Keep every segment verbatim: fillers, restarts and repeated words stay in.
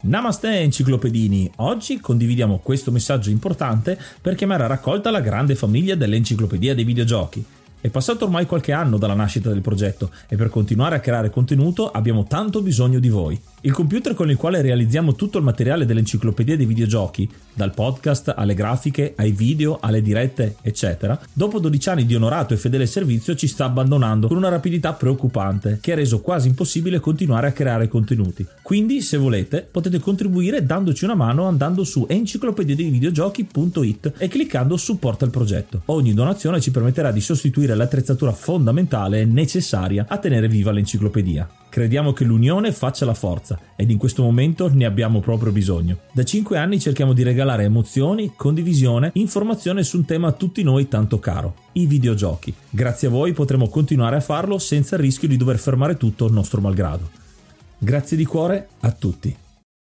Namaste enciclopedini, oggi condividiamo questo messaggio importante per chiamare a raccolta la grande famiglia dell'enciclopedia dei videogiochi. È passato ormai qualche anno dalla nascita del progetto e per continuare a creare contenuto abbiamo tanto bisogno di voi. Il computer con il quale realizziamo tutto il materiale dell'enciclopedia dei videogiochi, dal podcast alle grafiche, ai video, alle dirette, eccetera, dopo dodici anni di onorato e fedele servizio ci sta abbandonando con una rapidità preoccupante che ha reso quasi impossibile continuare a creare contenuti. Quindi, se volete, potete contribuire dandoci una mano andando su enciclopedia dei videogiochi punto it e cliccando supporta il progetto. Ogni donazione ci permetterà di sostituire l'attrezzatura fondamentale e necessaria a tenere viva l'enciclopedia. Crediamo che l'unione faccia la forza ed in questo momento ne abbiamo proprio bisogno. Da cinque anni cerchiamo di regalare emozioni, condivisione, informazione su un tema a tutti noi tanto caro, i videogiochi. Grazie a voi potremo continuare a farlo senza il rischio di dover fermare tutto nostro malgrado. Grazie di cuore a tutti.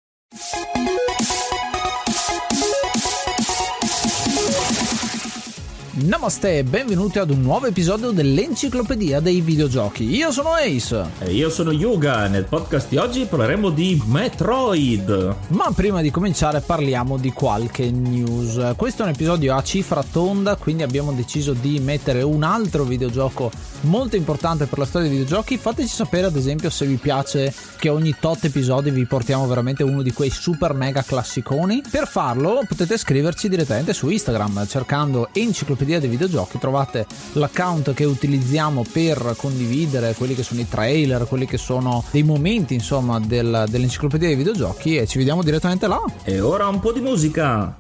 Namaste e benvenuti ad un nuovo episodio dell'Enciclopedia dei Videogiochi. Io sono Ace. E io sono Yuga. Nel podcast di oggi parleremo di Metroid. Ma prima di cominciare parliamo di qualche news. Questo è un episodio a cifra tonda, quindi abbiamo deciso di mettere un altro videogioco molto importante per la storia dei videogiochi. Fateci sapere ad esempio se vi piace che ogni tot episodi vi portiamo veramente uno di quei super mega classiconi. Per farlo potete scriverci direttamente su Instagram cercando Enciclopedia dei videogiochi. Trovate l'account che utilizziamo per condividere quelli che sono i trailer, quelli che sono dei momenti insomma del, dell'enciclopedia dei videogiochi, e ci vediamo direttamente là. E ora un po' di musica.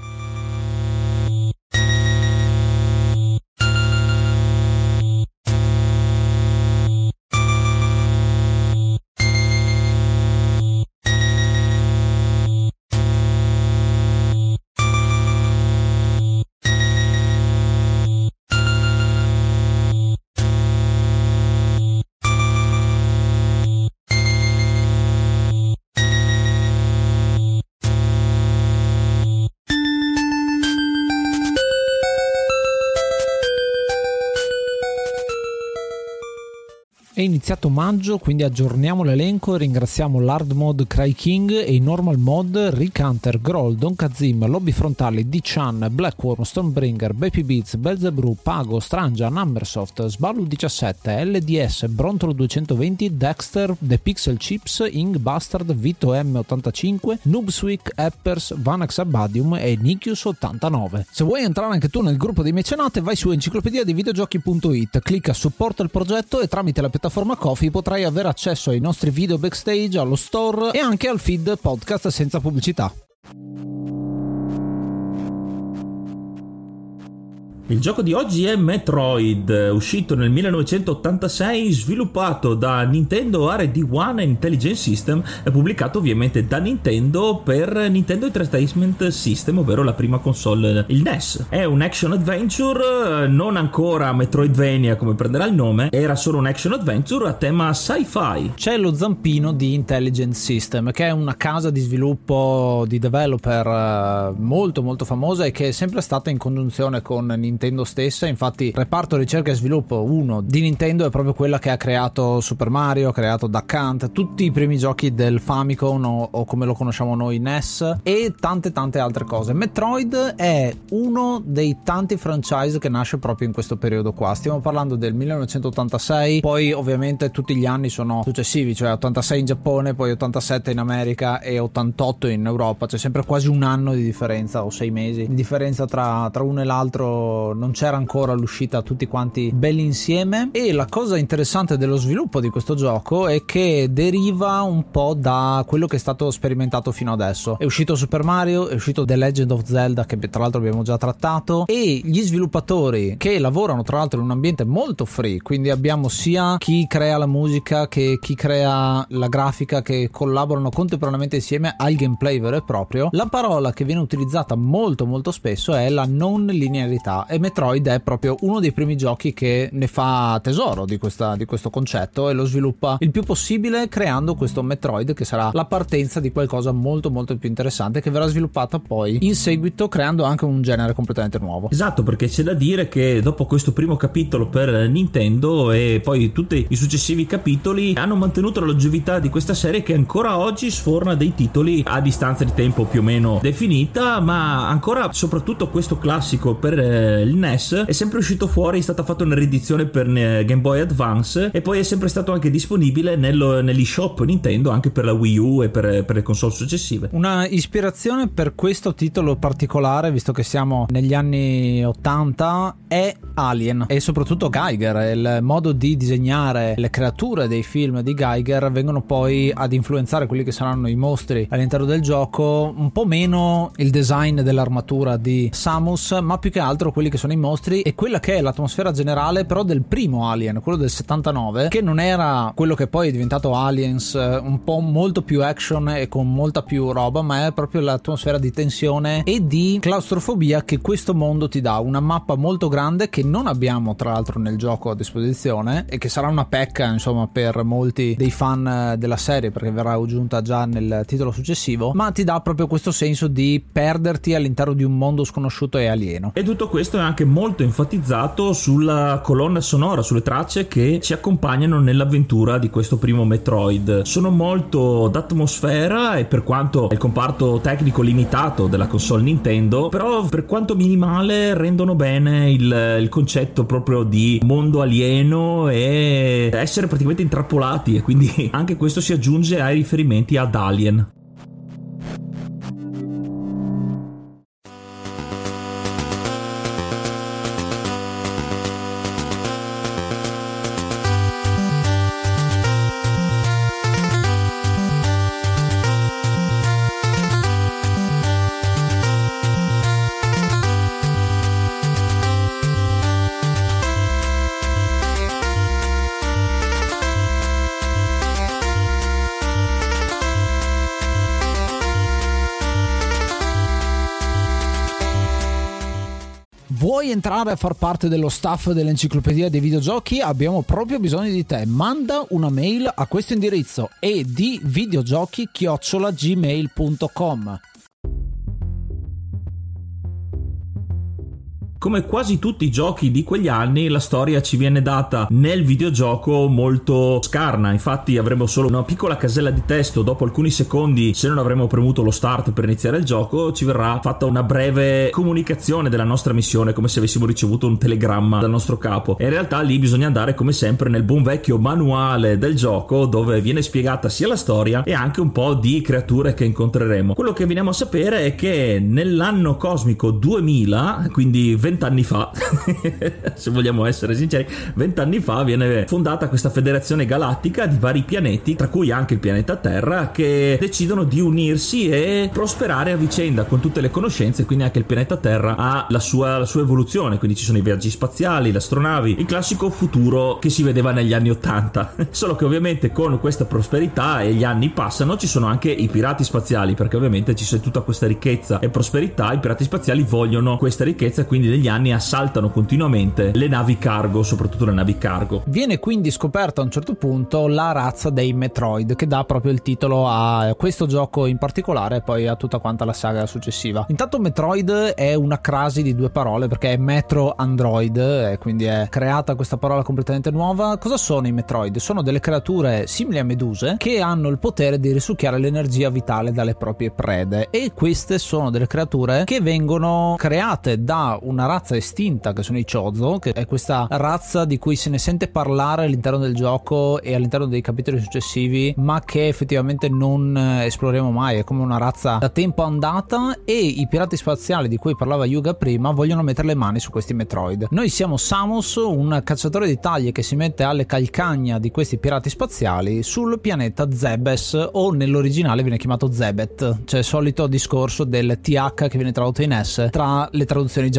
È iniziato maggio, quindi aggiorniamo l'elenco e ringraziamo l'Hard Mode Cry King e i Normal Mode Rick Hunter, Groll, Don Kazim, Lobby Frontali, D-Chan, Blackworm, Stormbringer, Baby Beats, Belzebrew, Pago, Strangia, Numbersoft, Sballu diciassette, L D S, Brontolo duecentoventi, Dexter, The Pixel Chips, Ing Bastard, Vito M ottantacinque, Noobswick, Eppers, Vanax Abadium e Nikius ottantanove. Se vuoi entrare anche tu nel gruppo dei mecenate, vai su enciclopedia dei videogiochi punto it, clicca supporta il progetto e tramite la piattaforma Coffee potrai avere accesso ai nostri video backstage, allo store e anche al feed podcast senza pubblicità. Il gioco di oggi è Metroid, uscito nel millenovecentottantasei, sviluppato da Nintendo R D uno Intelligent System e pubblicato ovviamente da Nintendo per Nintendo Entertainment System, ovvero la prima console, il N E S. È un action adventure, non ancora Metroidvania come prenderà il nome, era solo un action adventure a tema sci-fi. C'è lo zampino di Intelligent System, che è una casa di sviluppo di developer molto molto famosa e che è sempre stata in congiunzione con Nintendo stessa. Infatti reparto ricerca e sviluppo uno di Nintendo è proprio quella che ha creato Super Mario, ha creato Duck Hunt, tutti i primi giochi del Famicom o, o come lo conosciamo noi N E S, e tante tante altre cose. Metroid è uno dei tanti franchise che nasce proprio in questo periodo qua. Stiamo parlando del millenovecentottantasei, poi ovviamente tutti gli anni sono successivi, cioè ottantasei in Giappone, poi ottantasette in America e ottantotto in Europa. C'è sempre quasi un anno di differenza o sei mesi di differenza tra, tra uno e l'altro. Non c'era ancora l'uscita tutti quanti belli insieme. E la cosa interessante dello sviluppo di questo gioco è che deriva un po' da quello che è stato sperimentato fino adesso. È uscito Super Mario, è uscito The Legend of Zelda, che tra l'altro abbiamo già trattato, e gli sviluppatori che lavorano tra l'altro in un ambiente molto free, quindi abbiamo sia chi crea la musica che chi crea la grafica, che collaborano contemporaneamente insieme al gameplay vero e proprio. La parola che viene utilizzata molto molto spesso è la non linearità, e Metroid è proprio uno dei primi giochi che ne fa tesoro di, questa, di questo concetto e lo sviluppa il più possibile, creando questo Metroid che sarà la partenza di qualcosa molto molto più interessante, che verrà sviluppata poi in seguito, creando anche un genere completamente nuovo. Esatto, perché c'è da dire che dopo questo primo capitolo per Nintendo e poi tutti i successivi capitoli hanno mantenuto la longevità di questa serie, che ancora oggi sforna dei titoli a distanza di tempo più o meno definita, ma ancora soprattutto questo classico per eh, il N E S è sempre uscito fuori, è stata fatta una riedizione per eh, Game Boy Advance e poi è sempre stato anche disponibile nello, negli shop Nintendo anche per la Wii U e per, per le console successive. Una ispirazione per questo titolo particolare, visto che siamo negli anni ottanta, è Alien e soprattutto Giger. Il modo di disegnare le creature dei film di Giger vengono poi ad influenzare quelli che saranno i mostri all'interno del gioco, un po' meno il design dell'armatura di Samus, ma più che altro quelli che sono i mostri e quella che è l'atmosfera generale però del primo Alien, quello del settantanove, che non era quello che poi è diventato Aliens, un po' molto più action e con molta più roba, ma è proprio l'atmosfera di tensione e di claustrofobia che questo mondo ti dà. Una mappa molto grande che non abbiamo tra l'altro nel gioco a disposizione e che sarà una pecca insomma per molti dei fan della serie, perché verrà aggiunta già nel titolo successivo, ma ti dà proprio questo senso di perderti all'interno di un mondo sconosciuto e alieno. E tutto questo è anche molto enfatizzato sulla colonna sonora, sulle tracce che ci accompagnano nell'avventura di questo primo Metroid. Sono molto d'atmosfera e, per quanto il comparto tecnico limitato della console Nintendo, però per quanto minimale rendono bene il, il concetto proprio di mondo alieno e essere praticamente intrappolati, e quindi anche questo si aggiunge ai riferimenti ad Alien. Vuoi entrare a far parte dello staff dell'Enciclopedia dei Videogiochi? Abbiamo proprio bisogno di te. Manda una mail a questo indirizzo e di videogiochi chiocciola gmail punto com. Come quasi tutti i giochi di quegli anni, la storia ci viene data nel videogioco molto scarna. Infatti avremo solo una piccola casella di testo. Dopo alcuni secondi, se non avremo premuto lo start per iniziare il gioco, ci verrà fatta una breve comunicazione della nostra missione, come se avessimo ricevuto un telegramma dal nostro capo. E in realtà lì bisogna andare come sempre nel buon vecchio manuale del gioco, dove viene spiegata sia la storia e anche un po' di creature che incontreremo. Quello che veniamo a sapere è che nell'anno cosmico duemila, quindi vent'anni fa, se vogliamo essere sinceri, vent'anni fa viene fondata questa federazione galattica di vari pianeti, tra cui anche il pianeta Terra, che decidono di unirsi e prosperare a vicenda con tutte le conoscenze. Quindi anche il pianeta Terra ha la sua, la sua evoluzione, quindi ci sono i viaggi spaziali, le astronavi, il classico futuro che si vedeva negli anni ottanta. Solo che ovviamente con questa prosperità e gli anni passano, ci sono anche i pirati spaziali, perché ovviamente ci c'è tutta questa ricchezza e prosperità. I pirati spaziali vogliono questa ricchezza, quindi negli anni assaltano continuamente le navi cargo, soprattutto le navi cargo. Viene quindi scoperta a un certo punto la razza dei Metroid, che dà proprio il titolo a questo gioco in particolare e poi a tutta quanta la saga successiva. Intanto Metroid è una crasi di due parole, perché è Metro Android e quindi è creata questa parola completamente nuova. Cosa sono i Metroid? Sono delle creature simili a meduse che hanno il potere di risucchiare l'energia vitale dalle proprie prede, e queste sono delle creature che vengono create da una razza estinta che sono i Chozo, che è questa razza di cui se ne sente parlare all'interno del gioco e all'interno dei capitoli successivi, ma che effettivamente non esploriamo mai. È come una razza da tempo andata, e i pirati spaziali di cui parlava Yuga prima vogliono mettere le mani su questi Metroid. Noi siamo Samus, un cacciatore di taglie che si mette alle calcagna di questi pirati spaziali sul pianeta Zebes, o nell'originale viene chiamato Zebet, cioè il solito discorso del T H che viene tradotto in S tra le traduzioni giapponesi.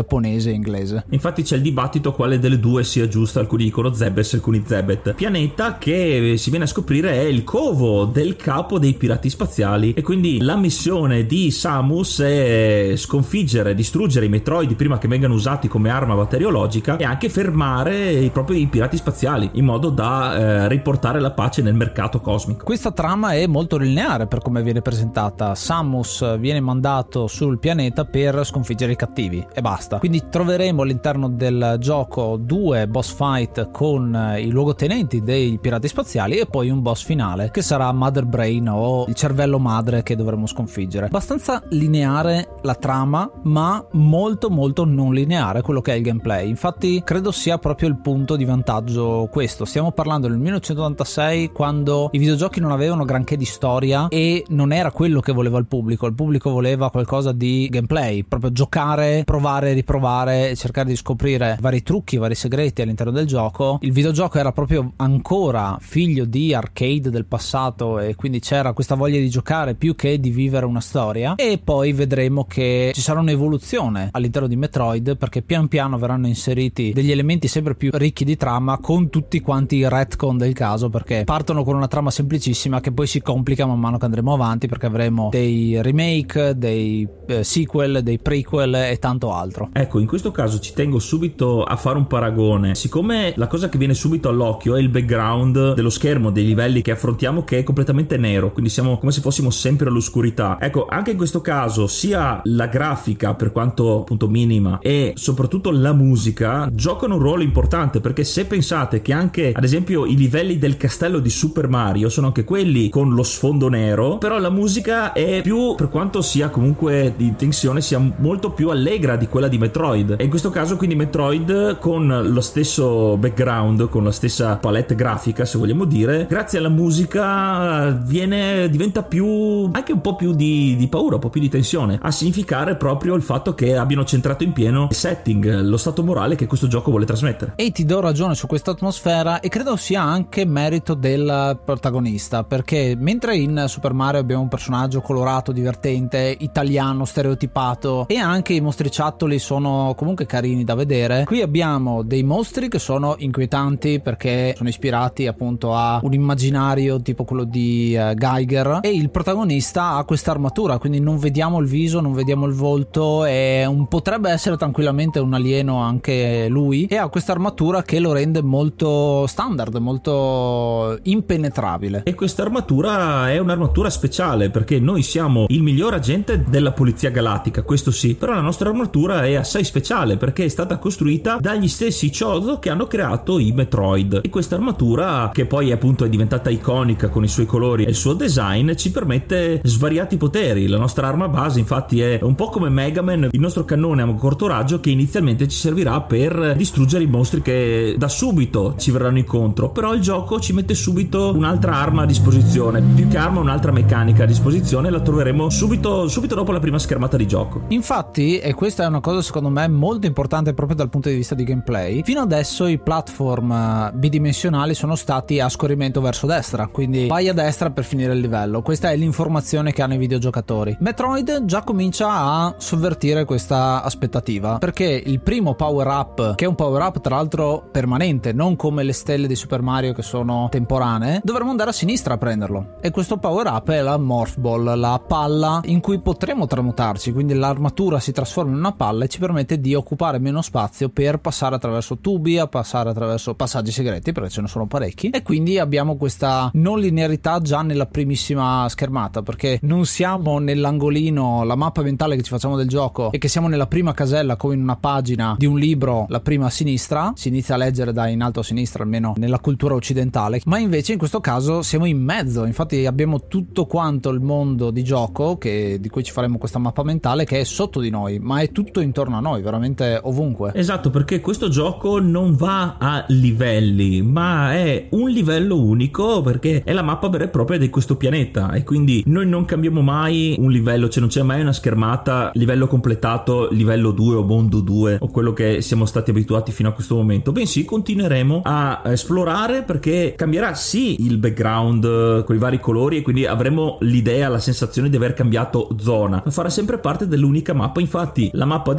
giapponese e inglese. Infatti c'è il dibattito quale delle due sia giusta, alcuni dicono Zebes, alcuni Zebet. Pianeta che si viene a scoprire è il covo del capo dei pirati spaziali, e quindi la missione di Samus è sconfiggere, distruggere i Metroid prima che vengano usati come arma batteriologica e anche fermare i propri i pirati spaziali in modo da eh, riportare la pace nel mercato cosmico. Questa trama è molto lineare per come viene presentata. Samus viene mandato sul pianeta per sconfiggere i cattivi e basta. Quindi troveremo all'interno del gioco due boss fight con i luogotenenti dei pirati spaziali e poi un boss finale che sarà Mother Brain, o il cervello madre, che dovremo sconfiggere. Abbastanza lineare la trama, ma molto molto non lineare quello che è il gameplay. Infatti credo sia proprio il punto di vantaggio questo. Stiamo parlando del millenovecentottantasei, quando i videogiochi non avevano granché di storia e non era quello che voleva il pubblico. Il pubblico voleva qualcosa di gameplay, proprio giocare, provare, riprovare e cercare di scoprire vari trucchi, vari segreti all'interno del gioco. Il videogioco era proprio ancora figlio di arcade del passato e quindi c'era questa voglia di giocare più che di vivere una storia. E poi vedremo che ci sarà un'evoluzione all'interno di Metroid, perché pian piano verranno inseriti degli elementi sempre più ricchi di trama, con tutti quanti i retcon del caso, perché partono con una trama semplicissima che poi si complica man mano che andremo avanti, perché avremo dei remake, dei eh, sequel, dei prequel e tanto altro. Ecco, in questo caso ci tengo subito a fare un paragone. Siccome la cosa che viene subito all'occhio è il background dello schermo, dei livelli che affrontiamo, che è completamente nero, quindi siamo come se fossimo sempre all'oscurità. Ecco, anche in questo caso sia la grafica, per quanto appunto minima, e soprattutto la musica giocano un ruolo importante, perché se pensate che anche ad esempio i livelli del castello di Super Mario sono anche quelli con lo sfondo nero, però la musica è più, per quanto sia comunque di tensione, sia molto più allegra di quella di Metroid. E in questo caso quindi Metroid, con lo stesso background, con la stessa palette grafica, se vogliamo dire, grazie alla musica viene diventa più, anche un po' più di, di paura, un po' più di tensione, a significare proprio il fatto che abbiano centrato in pieno il setting, lo stato morale che questo gioco vuole trasmettere. E ti do ragione su questa atmosfera, e credo sia anche merito del protagonista, perché mentre in Super Mario abbiamo un personaggio colorato, divertente, italiano, stereotipato, e anche i mostriciattoli sono comunque carini da vedere, qui abbiamo dei mostri che sono inquietanti perché sono ispirati appunto a un immaginario tipo quello di uh, Geiger, e il protagonista ha questa armatura, quindi non vediamo il viso, non vediamo il volto, e un, potrebbe essere tranquillamente un alieno anche lui, e ha questa armatura che lo rende molto standard, molto impenetrabile. E questa armatura è un'armatura speciale, perché noi siamo il miglior agente della polizia galattica, questo sì, però la nostra armatura è assai speciale perché è stata costruita dagli stessi Chozo che hanno creato i Metroid, e questa armatura, che poi appunto è diventata iconica con i suoi colori e il suo design, ci permette svariati poteri. La nostra arma base infatti è un po' come Mega Man, il nostro cannone a corto raggio che inizialmente ci servirà per distruggere i mostri che da subito ci verranno incontro, però il gioco ci mette subito un'altra arma a disposizione, più che arma un'altra meccanica a disposizione, la troveremo subito subito dopo la prima schermata di gioco. Infatti, e questa è una cosa secondo me molto importante proprio dal punto di vista di gameplay, fino adesso i platform bidimensionali sono stati a scorrimento verso destra, quindi vai a destra per finire il livello. Questa è l'informazione che hanno i videogiocatori. Metroid già comincia a sovvertire questa aspettativa, perché il primo power up, che è un power up tra l'altro permanente, non come le stelle di Super Mario che sono temporanee, dovremo andare a sinistra a prenderlo, e questo power up è la Morph Ball, la palla in cui potremo tramutarci, quindi l'armatura si trasforma in una palla e ci permette di occupare meno spazio per passare attraverso tubi, a passare attraverso passaggi segreti, perché ce ne sono parecchi, e quindi abbiamo questa non linearità già nella primissima schermata, perché non siamo nell'angolino, la mappa mentale che ci facciamo del gioco, e che siamo nella prima casella come in una pagina di un libro, la prima a sinistra, si inizia a leggere da in alto a sinistra, almeno nella cultura occidentale, ma invece in questo caso siamo in mezzo. Infatti abbiamo tutto quanto il mondo di gioco, che, di cui ci faremo questa mappa mentale, che è sotto di noi, ma è tutto intorno a noi, veramente ovunque. Esatto, perché questo gioco non va a livelli, ma è un livello unico, perché è la mappa vera e propria di questo pianeta, e quindi noi non cambiamo mai un livello, cioè non c'è mai una schermata livello completato, livello due o mondo due o quello che siamo stati abituati fino a questo momento, bensì continueremo a esplorare, perché cambierà sì il background con i vari colori, e quindi avremo l'idea, la sensazione di aver cambiato zona, ma farà sempre parte dell'unica mappa. Infatti la mappa del gioco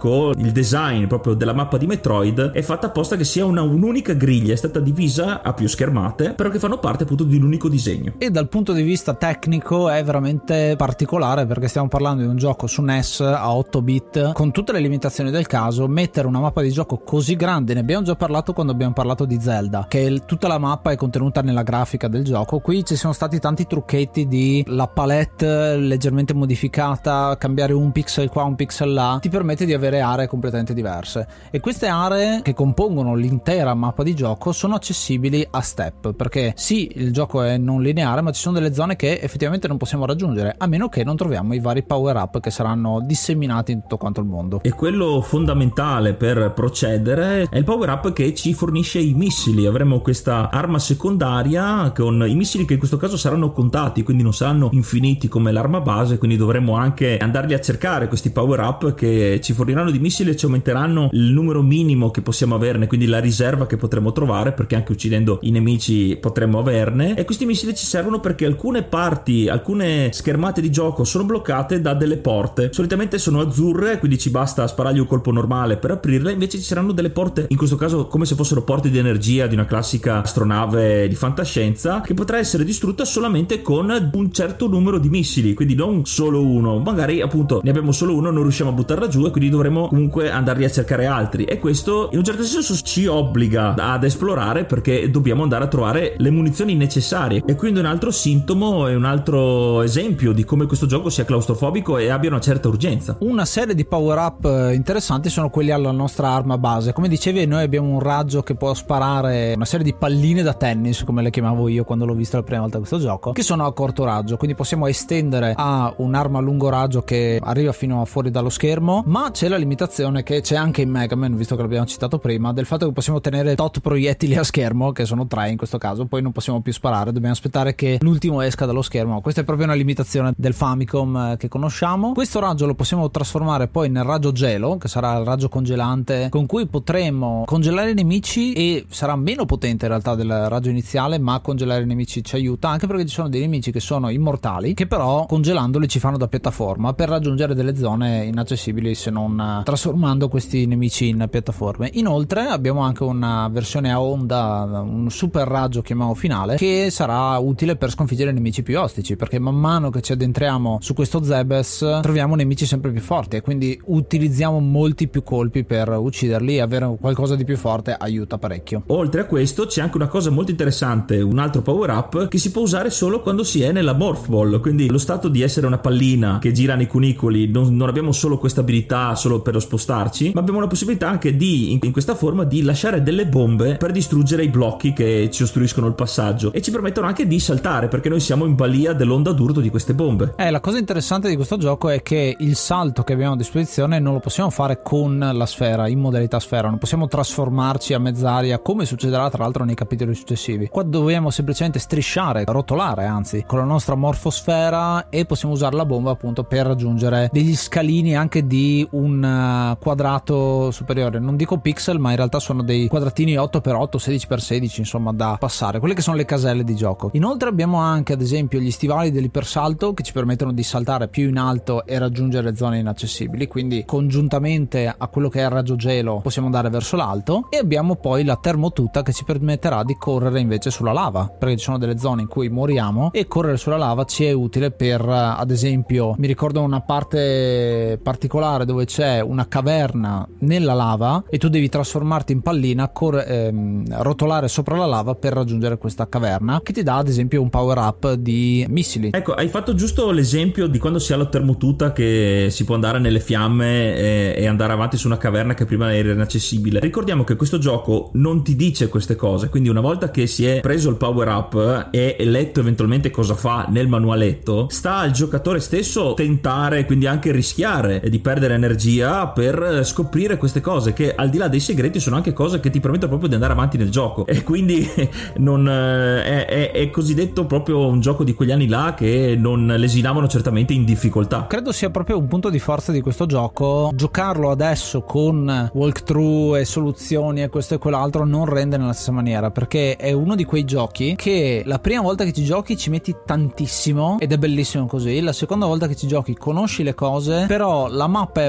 gioco, il design proprio della mappa di Metroid è fatta apposta che sia una, un'unica griglia, è stata divisa a più schermate, però che fanno parte appunto di un unico disegno. E dal punto di vista tecnico è veramente particolare, perché stiamo parlando di un gioco su N E S a otto bit con tutte le limitazioni del caso. Mettere una mappa di gioco così grande, ne abbiamo già parlato quando abbiamo parlato di Zelda, che il, tutta la mappa è contenuta nella grafica del gioco. Qui ci sono stati tanti trucchetti di la palette leggermente modificata, cambiare un pixel qua, un pixel là, ti permette di avere aree completamente diverse, e queste aree che compongono l'intera mappa di gioco sono accessibili a step, perché sì, il gioco è non lineare, ma ci sono delle zone che effettivamente non possiamo raggiungere a meno che non troviamo i vari power up che saranno disseminati in tutto quanto il mondo. E quello fondamentale per procedere è il power up che ci fornisce i missili. Avremo questa arma secondaria con i missili che in questo caso saranno contati, quindi non saranno infiniti come l'arma base, quindi dovremo anche andarli a cercare questi power up che ci forniranno di missili e ci aumenteranno il numero minimo che possiamo averne, quindi la riserva che potremo trovare, perché anche uccidendo i nemici potremo averne. E questi missili ci servono perché alcune parti, alcune schermate di gioco sono bloccate da delle porte, solitamente sono azzurre, quindi ci basta sparargli un colpo normale per aprirle, invece ci saranno delle porte, in questo caso come se fossero porte di energia di una classica astronave di fantascienza, che potrà essere distrutta solamente con un certo numero di missili, quindi non solo uno, magari appunto ne abbiamo solo uno, non riusciamo a buttarla giù e quindi dovremo comunque andarli a cercare altri, e questo in un certo senso ci obbliga ad esplorare, perché dobbiamo andare a trovare le munizioni necessarie. E quindi un altro sintomo e un altro esempio di come questo gioco sia claustrofobico e abbia una certa urgenza. Una serie di power up interessanti sono quelli alla nostra arma base. Come dicevi, noi abbiamo un raggio che può sparare una serie di palline da tennis, come le chiamavo io quando l'ho visto la prima volta questo gioco, che sono a corto raggio, quindi possiamo estendere a un'arma a lungo raggio che arriva fino a fuori dallo schermo, ma c'è la limitazione che c'è anche in Mega Man, visto che l'abbiamo citato prima, del fatto che possiamo tenere tot proiettili a schermo, che sono tre in questo caso, poi non possiamo più sparare, dobbiamo aspettare che l'ultimo esca dallo schermo. Questa è proprio una limitazione del Famicom che conosciamo. Questo raggio lo possiamo trasformare poi nel raggio gelo, che sarà il raggio congelante con cui potremo congelare i nemici, e sarà meno potente in realtà del raggio iniziale, ma congelare i nemici ci aiuta, anche perché ci sono dei nemici che sono immortali, che però congelandoli ci fanno da piattaforma per raggiungere delle zone inaccessibili se non trasformando questi nemici in piattaforme. Inoltre abbiamo anche una versione a onda, un super raggio chiamiamo finale, che sarà utile per sconfiggere nemici più ostici, perché man mano che ci addentriamo su questo Zebes troviamo nemici sempre più forti e quindi utilizziamo molti più colpi per ucciderli, e avere qualcosa di più forte aiuta parecchio. Oltre a questo c'è anche una cosa molto interessante, un altro power up che si può usare solo quando si è nella Morph Ball, quindi lo stato di essere una pallina che gira nei cunicoli, non, non abbiamo solo questa abilità solo per lo spostarci, ma abbiamo la possibilità anche di, in, in questa forma, di lasciare delle bombe per distruggere i blocchi che ci ostruiscono il passaggio, e ci permettono anche di saltare, perché noi siamo in balia dell'onda d'urto di queste bombe. Eh, la cosa interessante di questo gioco è che il salto che abbiamo a disposizione non lo possiamo fare con la sfera, in modalità sfera, non possiamo trasformarci a mezz'aria come succederà tra l'altro nei capitoli successivi. Qua dobbiamo semplicemente strisciare, rotolare anzi, con la nostra morfosfera, e possiamo usare la bomba appunto per raggiungere degli scalini anche di un quadrato superiore, non dico pixel, ma in realtà sono dei quadratini otto per otto, sedici per sedici, insomma, da passare, quelle che sono le caselle di gioco. Inoltre abbiamo anche ad esempio gli stivali dell'ipersalto che ci permettono di saltare più in alto e raggiungere zone inaccessibili, quindi congiuntamente a quello che è il raggio gelo possiamo andare verso l'alto. E abbiamo poi la termotuta che ci permetterà di correre invece sulla lava, perché ci sono delle zone in cui moriamo e correre sulla lava ci è utile per, ad esempio, mi ricordo una parte particolare dove c'è una caverna nella lava e tu devi trasformarti in pallina, cor- ehm, rotolare sopra la lava per raggiungere questa caverna, che ti dà ad esempio un power up di missili. Ecco, hai fatto giusto l'esempio di quando si ha la termotuta, che si può andare nelle fiamme e, e andare avanti su una caverna che prima era inaccessibile. Ricordiamo che questo gioco non ti dice queste cose, quindi una volta che si è preso il power up e letto eventualmente cosa fa nel manualetto, sta al giocatore stesso tentare, quindi anche rischiare di perdere energia per scoprire queste cose, che al di là dei segreti sono anche cose che ti permettono proprio di andare avanti nel gioco, e quindi non è, è, è cosiddetto proprio un gioco di quegli anni là che non lesinavano certamente in difficoltà. Credo sia proprio un punto di forza di questo gioco. Giocarlo adesso con walkthrough e soluzioni e questo e quell'altro non rende nella stessa maniera, perché è uno di quei giochi che la prima volta che ci giochi ci metti tantissimo ed è bellissimo così, la seconda volta che ci giochi conosci le cose, però la mappa è abbastanza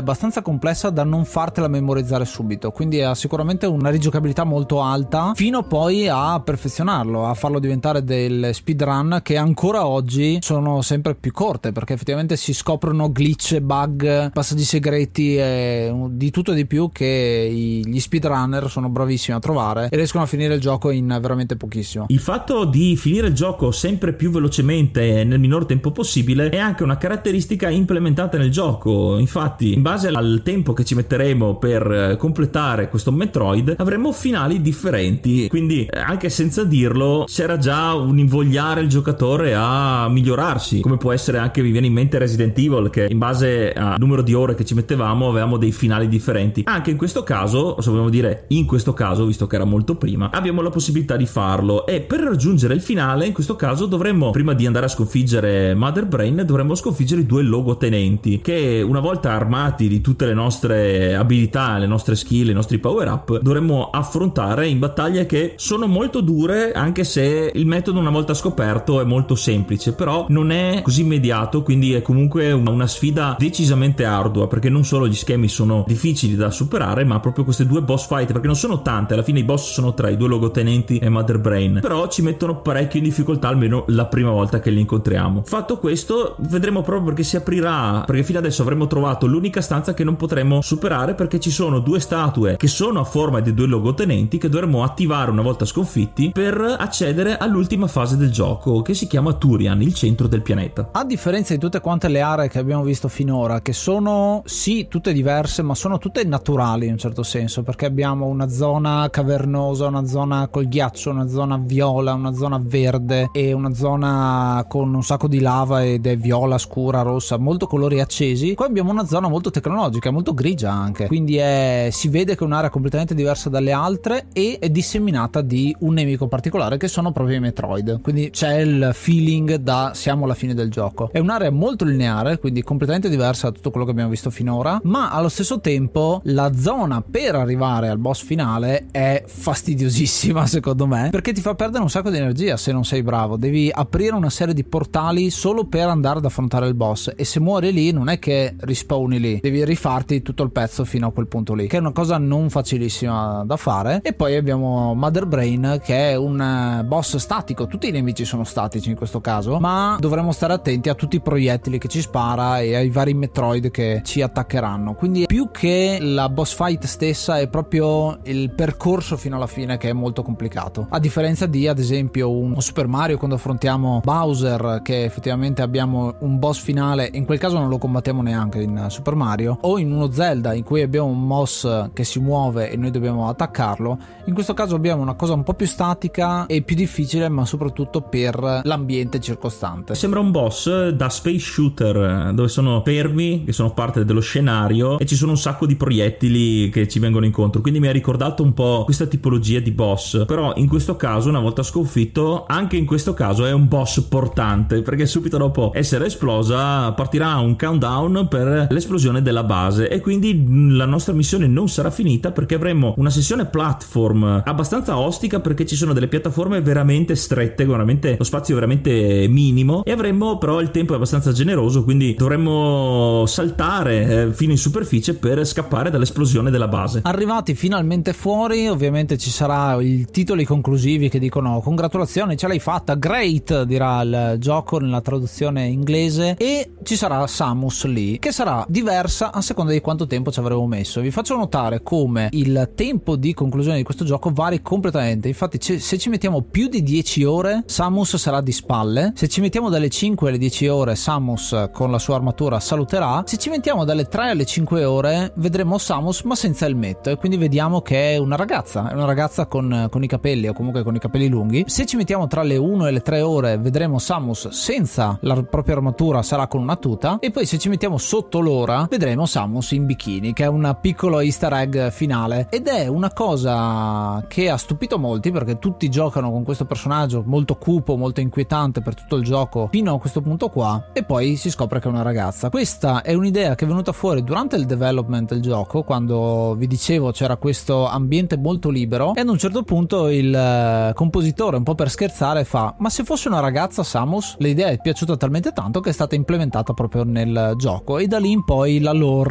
complessa da non fartela memorizzare subito, quindi ha sicuramente una rigiocabilità molto alta, fino poi a perfezionarlo, a farlo diventare delle speedrun che ancora oggi sono sempre più corte, perché effettivamente si scoprono glitch, bug, passaggi segreti e di tutto e di più che gli speedrunner sono bravissimi a trovare e riescono a finire il gioco in veramente pochissimo. Il fatto di finire il gioco sempre più velocemente e nel minor tempo possibile è anche una caratteristica implementata nel gioco. Infatti, in base al tempo che ci metteremo per completare questo Metroid, avremo finali differenti, quindi anche senza dirlo c'era già un invogliare il giocatore a migliorarsi, come può essere anche, mi viene in mente Resident Evil, che in base al numero di ore che ci mettevamo avevamo dei finali differenti. Anche in questo caso, se vogliamo dire in questo caso, visto che era molto prima, abbiamo la possibilità di farlo, e per raggiungere il finale in questo caso dovremmo, prima di andare a sconfiggere Mother Brain, dovremmo sconfiggere i due logotenenti, che una volta armati di tutte le nostre abilità, le nostre skill, i nostri power up, dovremmo affrontare in battaglie che sono molto dure, anche se il metodo una volta scoperto è molto semplice, però non è così immediato, quindi è comunque una sfida decisamente ardua, perché non solo gli schemi sono difficili da superare, ma proprio queste due boss fight, perché non sono tante, alla fine i boss sono tra i due logotenenti e Mother Brain, però ci mettono parecchio in difficoltà almeno la prima volta che li incontriamo. Fatto questo, vedremo proprio perché si aprirà, perché fino adesso avremmo trovato l'unica stanza che non potremo superare, perché ci sono due statue che sono a forma di due logotenenti che dovremo attivare una volta sconfitti per accedere all'ultima fase del gioco, che si chiama Turian, il centro del pianeta. A differenza di tutte quante le aree che abbiamo visto finora, che sono sì tutte diverse, ma sono tutte naturali in un certo senso, perché abbiamo una zona cavernosa, una zona col ghiaccio, una zona viola, una zona verde e una zona con un sacco di lava ed è viola, scura, rossa, molto colori accesi. Qua abbiamo una zona molto tecnologica, molto grigia anche, quindi è, si vede che è un'area completamente diversa dalle altre e è disseminata di un nemico particolare, che sono proprio i Metroid, quindi c'è il feeling da siamo alla fine del gioco. È un'area molto lineare, quindi completamente diversa da tutto quello che abbiamo visto finora, ma allo stesso tempo la zona per arrivare al boss finale è fastidiosissima secondo me, perché ti fa perdere un sacco di energia se non sei bravo. Devi aprire una serie di portali solo per andare ad affrontare il boss, e se muori lì non è che rispawni lì, devi rifarti tutto il pezzo fino a quel punto lì, che è una cosa non facilissima da fare. E poi abbiamo Mother Brain, che è un boss statico, tutti i nemici sono statici in questo caso, ma dovremo stare attenti a tutti i proiettili che ci spara e ai vari Metroid che ci attaccheranno, quindi più che la boss fight stessa è proprio il percorso fino alla fine che è molto complicato, a differenza di ad esempio un Super Mario, quando affrontiamo Bowser, che effettivamente abbiamo un boss finale, in quel caso non lo combattiamo neanche in Super Mario, o in uno Zelda in cui abbiamo un boss che si muove e noi dobbiamo attaccarlo. In questo caso abbiamo una cosa un po' più statica e più difficile, ma soprattutto per l'ambiente circostante. Sembra un boss da space shooter, dove sono fermi, che sono parte dello scenario, e ci sono un sacco di proiettili che ci vengono incontro, quindi mi ha ricordato un po' questa tipologia di boss. Però in questo caso, una volta sconfitto, anche in questo caso è un boss portante, perché subito dopo essere esplosa partirà un countdown per l'esplosione della base, e quindi la nostra missione non sarà finita, perché avremo una sessione platform abbastanza ostica, perché ci sono delle piattaforme veramente strette, veramente lo spazio è veramente minimo, e avremo però il tempo è abbastanza generoso, quindi dovremmo saltare eh, fino in superficie per scappare dall'esplosione della base. Arrivati finalmente fuori, ovviamente ci sarà i titoli conclusivi che dicono congratulazioni, ce l'hai fatta, great dirà il gioco nella traduzione inglese, e ci sarà Samus lì, che sarà diversa a seconda di quanto tempo ci avremo messo. Vi faccio notare come il tempo di conclusione di questo gioco vari completamente. Infatti se ci mettiamo più di dieci ore Samus sarà di spalle, se ci mettiamo dalle cinque alle dieci ore Samus con la sua armatura saluterà, se ci mettiamo dalle tre alle cinque ore vedremo Samus ma senza elmetto, e quindi vediamo che è una ragazza, è una ragazza con, con i capelli, o comunque con i capelli lunghi. Se ci mettiamo tra le uno e le tre ore vedremo Samus senza la propria armatura, sarà con una tuta, e poi se ci mettiamo sotto l'ora vedremo Samus in bikini, che è un piccolo easter egg finale, ed è una cosa che ha stupito molti, perché tutti giocano con questo personaggio molto cupo, molto inquietante per tutto il gioco fino a questo punto qua, e poi si scopre che è una ragazza. Questa è un'idea che è venuta fuori durante il development del gioco, quando vi dicevo c'era questo ambiente molto libero, e ad un certo punto il compositore, un po' per scherzare, fa: ma se fosse una ragazza Samus? L'idea è piaciuta talmente tanto che è stata implementata proprio nel gioco, e da lì in poi la lore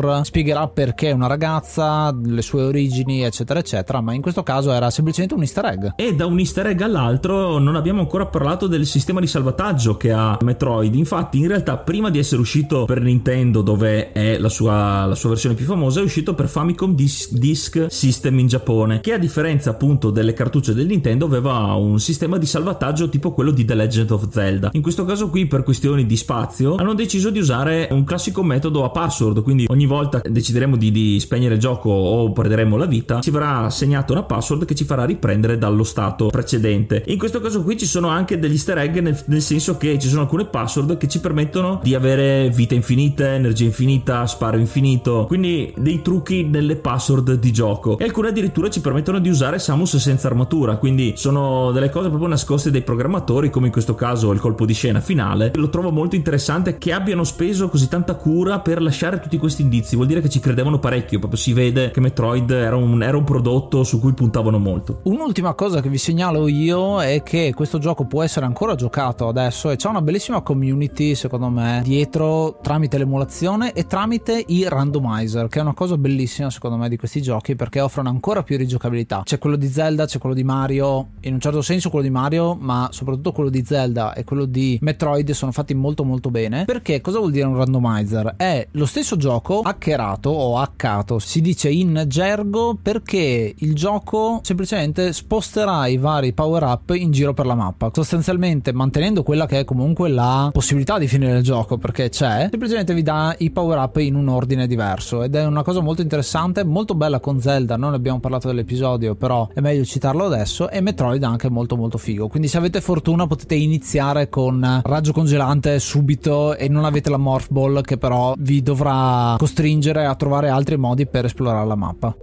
lore, spiegherà perché è una ragazza, le sue origini eccetera eccetera, ma in questo caso era semplicemente un easter egg. E da un easter egg all'altro non abbiamo ancora parlato del sistema di salvataggio che ha Metroid. Infatti in realtà prima di essere uscito per Nintendo, dove è la sua, la sua versione più famosa, è uscito per Famicom Disk, Disk System in Giappone, che a differenza appunto delle cartucce del Nintendo aveva un sistema di salvataggio tipo quello di The Legend of Zelda. In questo caso qui, per questioni di spazio, hanno deciso di usare un classico metodo a password, quindi ogni volta decideremo di, di spegnere il gioco o perderemo la vita, ci verrà assegnata una password che ci farà riprendere dallo stato precedente. In questo caso qui ci sono anche degli easter egg, nel, nel senso che ci sono alcune password che ci permettono di avere vita infinita, energia infinita, sparo infinito, quindi dei trucchi nelle password di gioco, e alcune addirittura ci permettono di usare Samus senza armatura, quindi sono delle cose proprio nascoste dai programmatori, come in questo caso il colpo di scena finale. Lo trovo molto interessante che abbiano speso così tanta cura per lasciare tutti questi indizi, vuol dire che ci credevano parecchio, proprio si vede che Metroid era un, era un prodotto su cui puntavano molto. Un'ultima cosa che vi segnalo io è che questo gioco può essere ancora giocato adesso e c'è una bellissima community secondo me dietro, tramite l'emulazione e tramite i randomizer, che è una cosa bellissima secondo me di questi giochi, perché offrono ancora più rigiocabilità. C'è quello di Zelda, c'è quello di Mario, in un certo senso quello di Mario, ma soprattutto quello di Zelda e quello di Metroid sono fatti molto molto bene. Perché cosa vuol dire un randomizer? È lo stesso gioco hackerato o hackato, si dice in gergo, perché il gioco semplicemente sposterà i vari power up in giro per la mappa, sostanzialmente mantenendo quella che è comunque la possibilità di finire il gioco, perché c'è, semplicemente vi dà i power up in un ordine diverso, ed è una cosa molto interessante, molto bella. Con Zelda non abbiamo parlato dell'episodio, però è meglio citarlo adesso, e Metroid anche molto molto figo, quindi se avete fortuna potete iniziare con raggio congelante subito e non avete la Morph Ball che però vi dovrà costringere a trovare altri modi per esplorare la mappa.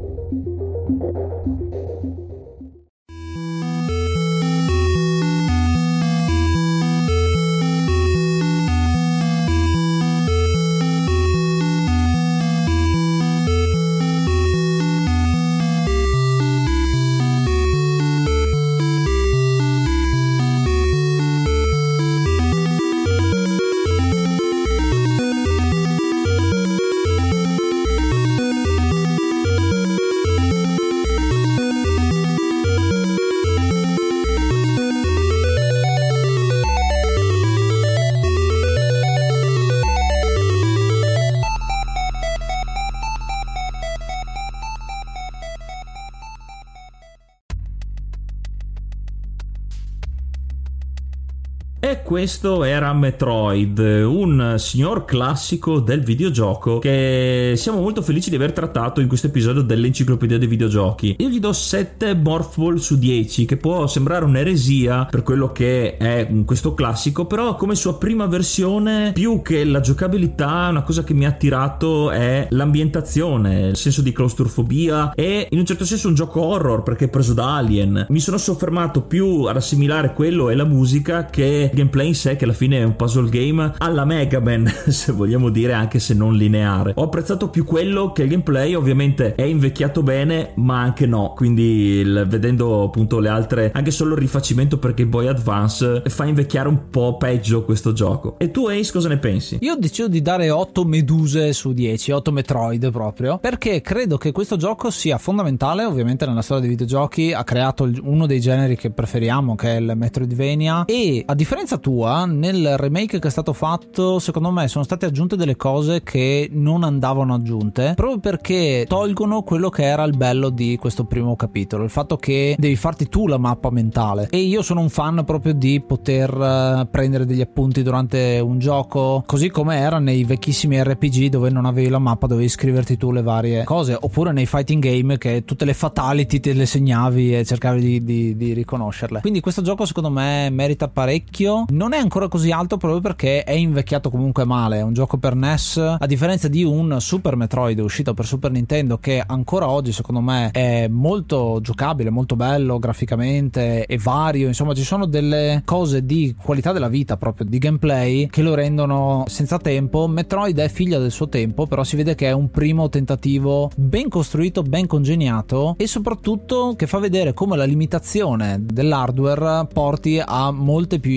E questo era Metroid, un signor classico del videogioco che siamo molto felici di aver trattato in questo episodio dell'enciclopedia dei videogiochi. Io gli do sette Morph Ball su dieci, che può sembrare un'eresia per quello che è questo classico, però come sua prima versione, più che la giocabilità, una cosa che mi ha attirato è l'ambientazione, il senso di claustrofobia e in un certo senso un gioco horror, perché è preso da Alien. Mi sono soffermato più ad assimilare quello e la musica che gameplay in sé, che alla fine è un puzzle game alla Mega Man, se vogliamo dire, anche se non lineare. Ho apprezzato più quello che il gameplay. Ovviamente è invecchiato bene, ma anche no, quindi il, vedendo appunto le altre, anche solo il rifacimento per Game Boy Advance fa invecchiare un po' peggio questo gioco. E tu, Ace, cosa ne pensi? Io decido di dare otto meduse su dieci, otto Metroid proprio, perché credo che questo gioco sia fondamentale ovviamente nella storia dei videogiochi. Ha creato uno dei generi che preferiamo, che è il Metroidvania, e a differenza tua, nel remake che è stato fatto, secondo me sono state aggiunte delle cose che non andavano aggiunte, proprio perché tolgono quello che era il bello di questo primo capitolo, il fatto che devi farti tu la mappa mentale. E io sono un fan proprio di poter uh, prendere degli appunti durante un gioco, così come era nei vecchissimi R P G dove non avevi la mappa, dovevi scriverti tu le varie cose, oppure nei fighting game che tutte le fatality te le segnavi e cercavi di, di, di riconoscerle. Quindi questo gioco secondo me merita parecchio. Non è ancora così alto proprio perché è invecchiato comunque male. È un gioco per N E S, a differenza di un Super Metroid uscito per Super Nintendo, che ancora oggi secondo me è molto giocabile, molto bello graficamente e vario. Insomma, ci sono delle cose di qualità della vita, proprio di gameplay, che lo rendono senza tempo. Metroid è figlia del suo tempo, però si vede che è un primo tentativo ben costruito, ben congegnato, e soprattutto che fa vedere come la limitazione dell'hardware porti a molte più idee. Il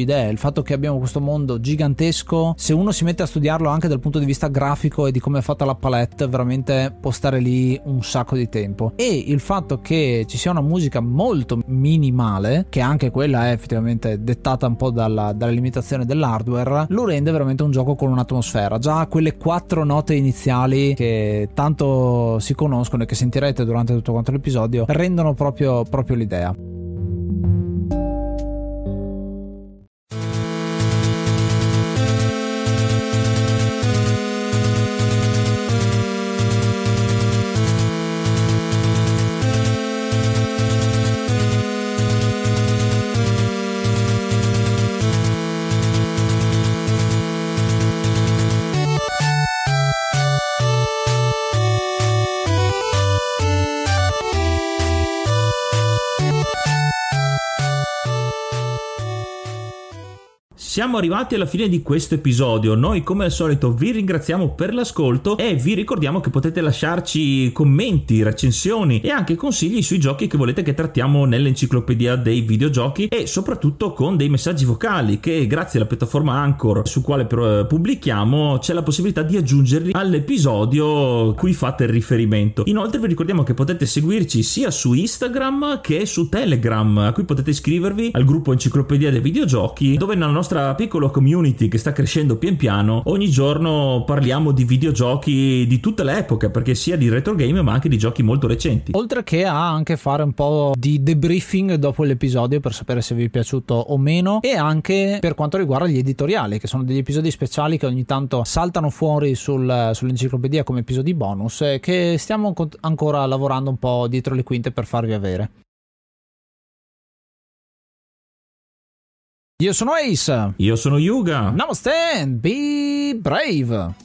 fatto che abbiamo questo mondo gigantesco, se uno si mette a studiarlo anche dal punto di vista grafico e di come è fatta la palette, veramente può stare lì un sacco di tempo. E il fatto che ci sia una musica molto minimale, che anche quella è effettivamente dettata un po' dalla, dalla limitazione dell'hardware, lo rende veramente un gioco con un'atmosfera. Già quelle quattro note iniziali che tanto si conoscono e che sentirete durante tutto quanto l'episodio rendono proprio, proprio l'idea. Siamo arrivati alla fine di questo episodio. Noi come al solito vi ringraziamo per l'ascolto e vi ricordiamo che potete lasciarci commenti, recensioni e anche consigli sui giochi che volete che trattiamo nell'enciclopedia dei videogiochi, e soprattutto con dei messaggi vocali che grazie alla piattaforma Anchor su quale pubblichiamo c'è la possibilità di aggiungerli all'episodio cui fate il riferimento. Inoltre vi ricordiamo che potete seguirci sia su Instagram che su Telegram, a cui potete iscrivervi al gruppo Enciclopedia dei Videogiochi, dove nella nostra piccola community che sta crescendo pian piano ogni giorno parliamo di videogiochi di tutte le epoche, perché sia di retro game ma anche di giochi molto recenti, oltre che a anche fare un po' di debriefing dopo l'episodio per sapere se vi è piaciuto o meno, e anche per quanto riguarda gli editoriali, che sono degli episodi speciali che ogni tanto saltano fuori sul, sull'enciclopedia come episodi bonus, e che stiamo ancora lavorando un po' dietro le quinte per farvi avere. Io sono Ace. Io sono Yuga. Namaste and be brave.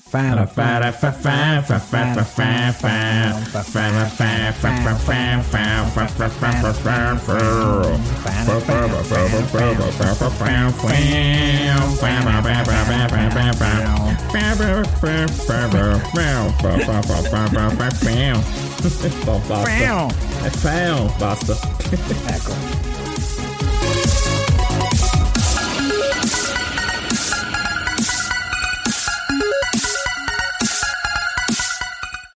Basta. Basta. Ecco.